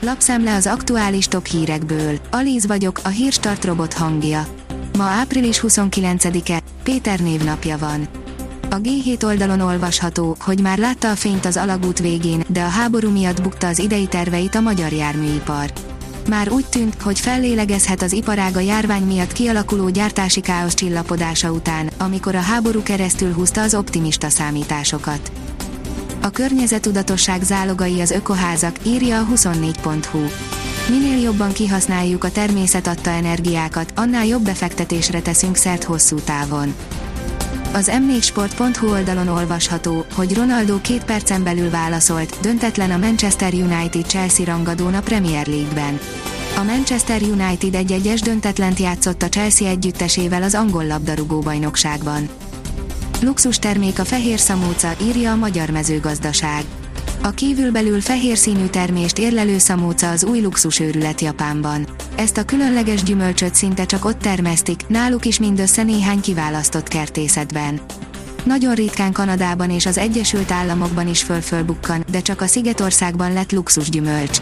Lapszemle az aktuális top hírekből. Alíz vagyok, a Hírstart robot hangja. Ma április 29-e, Péter névnapja van. A G7 oldalon olvasható, hogy már látta a fényt az alagút végén, de a háború miatt bukta az idei terveit a magyar járműipar. Már úgy tűnt, hogy fellélegezhet az iparág a járvány miatt kialakuló gyártási káosz csillapodása után, amikor a háború keresztül húzta az optimista számításokat. A környezettudatosság zálogai az ökoházak, írja a 24.hu. Minél jobban kihasználjuk a természet adta energiákat, annál jobb befektetésre teszünk szert hosszú távon. Az m4sport.hu oldalon olvasható, hogy Ronaldo 2 percen belül válaszolt, döntetlen a Manchester United-Chelsea rangadón a Premier League-ben. A Manchester United 1-1-es döntetlent játszott a Chelsea együttesével az angol labdarúgó-bajnokságban. Luxus termék a fehér szamóca, írja a Magyar Mezőgazdaság. A kívülbelül fehér színű termést érlelő szamóca az új luxusőrület Japánban. Ezt a különleges gyümölcsöt szinte csak ott termesztik, náluk is mindössze néhány kiválasztott kertészetben. Nagyon ritkán Kanadában és az Egyesült Államokban is fölbukkan, de csak a Szigetországban lett luxusgyümölcs.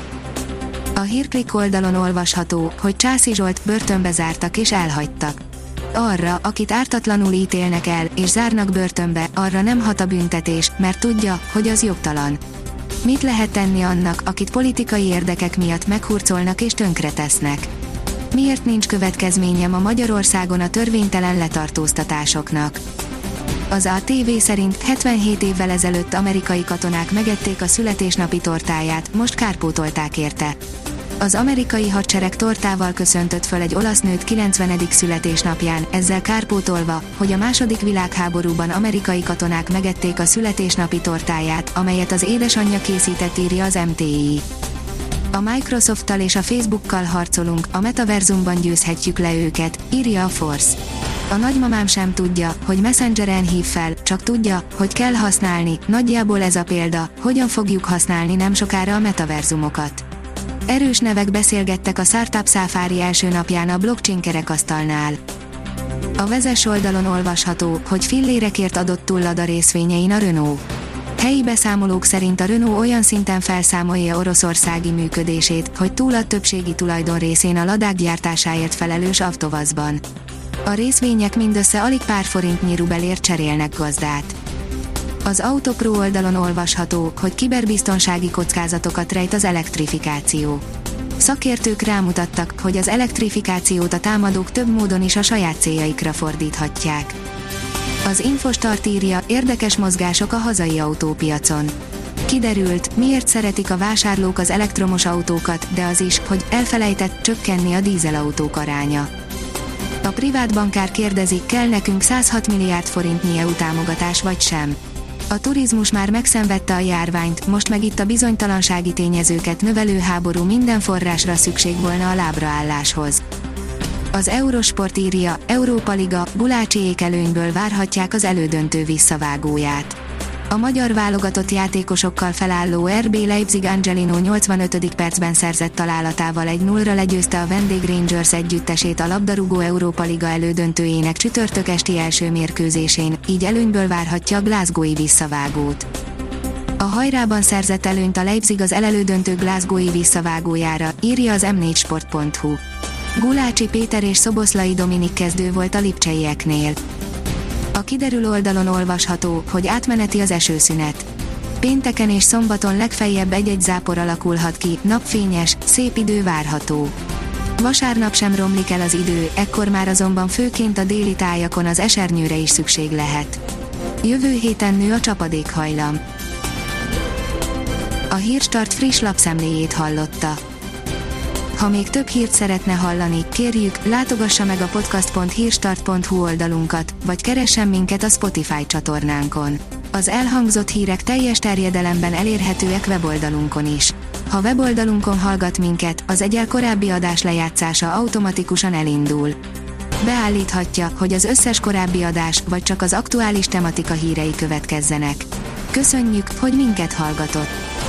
A Hírklik oldalon olvasható, hogy Császi Zsolt börtönbe zártak és elhagytak. Arra, akit ártatlanul ítélnek el, és zárnak börtönbe, arra nem hat a büntetés, mert tudja, hogy az jogtalan. Mit lehet tenni annak, akit politikai érdekek miatt meghurcolnak és tönkretesznek? Miért nincs következménye ma Magyarországon a törvénytelen letartóztatásoknak? Az ATV szerint 77 évvel ezelőtt amerikai katonák megették a születésnapi tortáját, most kárpótolták érte. Az amerikai hadsereg tortával köszöntött föl egy olasz nőt 90. születésnapján, ezzel kárpótolva, hogy a II. Világháborúban amerikai katonák megették a születésnapi tortáját, amelyet az édesanyja készített, írja az MTI. A Microsofttal és a Facebookkal harcolunk, a metaverzumban győzhetjük le őket, írja a Force. A nagymamám sem tudja, hogy Messengeren hív fel, csak tudja, hogy kell használni, nagyjából ez a példa, hogyan fogjuk használni nem sokára a metaverzumokat. Erős nevek beszélgettek a Startup Safari első napján a blockchain kerekasztalnál. A Vezes oldalon olvasható, hogy fillérekért adott túl Lada részvényein a Renault. Helyi beszámolók szerint a Renault olyan szinten felszámolja oroszországi működését, hogy túlad többségi tulajdon részén a Ladák gyártásáért felelős Avtovazban. A részvények mindössze alig pár forintnyi rubelért cserélnek gazdát. Az Autopro oldalon olvasható, hogy kiberbiztonsági kockázatokat rejt az elektrifikáció. Szakértők rámutattak, hogy az elektrifikációt a támadók több módon is a saját céljaikra fordíthatják. Az Infostart írja, érdekes mozgások a hazai autópiacon. Kiderült, miért szeretik a vásárlók az elektromos autókat, de az is, hogy elfelejtett csökkenni a dízelautók aránya. A privát bankár kérdezi, kell nekünk 106 milliárd forintnyi EU támogatás vagy sem. A turizmus már megszenvedte a járványt, most meg itt a bizonytalansági tényezőket növelő háború, minden forrásra szükség volna a lábraálláshoz. Az Eurosport írja, Európa Liga, Gulácsiék előnyből várhatják az elődöntő visszavágóját. A magyar válogatott játékosokkal felálló RB Leipzig Angelino 85. percben szerzett találatával 1-0-ra legyőzte a vendég Rangers együttesét a labdarúgó Európa Liga elődöntőjének csütörtök esti első mérkőzésén, így előnyből várhatja a glasgowi visszavágót. A hajrában szerzett előnyt a Leipzig az elődöntő glasgowi visszavágójára, írja az m4sport.hu. Gulácsi Péter és Szoboszlai Dominik kezdő volt a lipcseieknél. A kiderül oldalon olvasható, hogy átmeneti az esőszünet. Pénteken és szombaton legfeljebb egy-egy zápor alakulhat ki, napfényes, szép idő várható. Vasárnap sem romlik el az idő, ekkor már azonban főként a déli tájakon az esernyőre is szükség lehet. Jövő héten nő a csapadékhajlam. A Hírstart friss lapszemléjét hallotta. Ha még több hírt szeretne hallani, kérjük, látogassa meg a podcast.hírstart.hu oldalunkat, vagy keressen minket a Spotify csatornánkon. Az elhangzott hírek teljes terjedelemben elérhetőek weboldalunkon is. Ha weboldalunkon hallgat minket, az egyel korábbi adás lejátszása automatikusan elindul. Beállíthatja, hogy az összes korábbi adás, vagy csak az aktuális tematika hírei következzenek. Köszönjük, hogy minket hallgatott!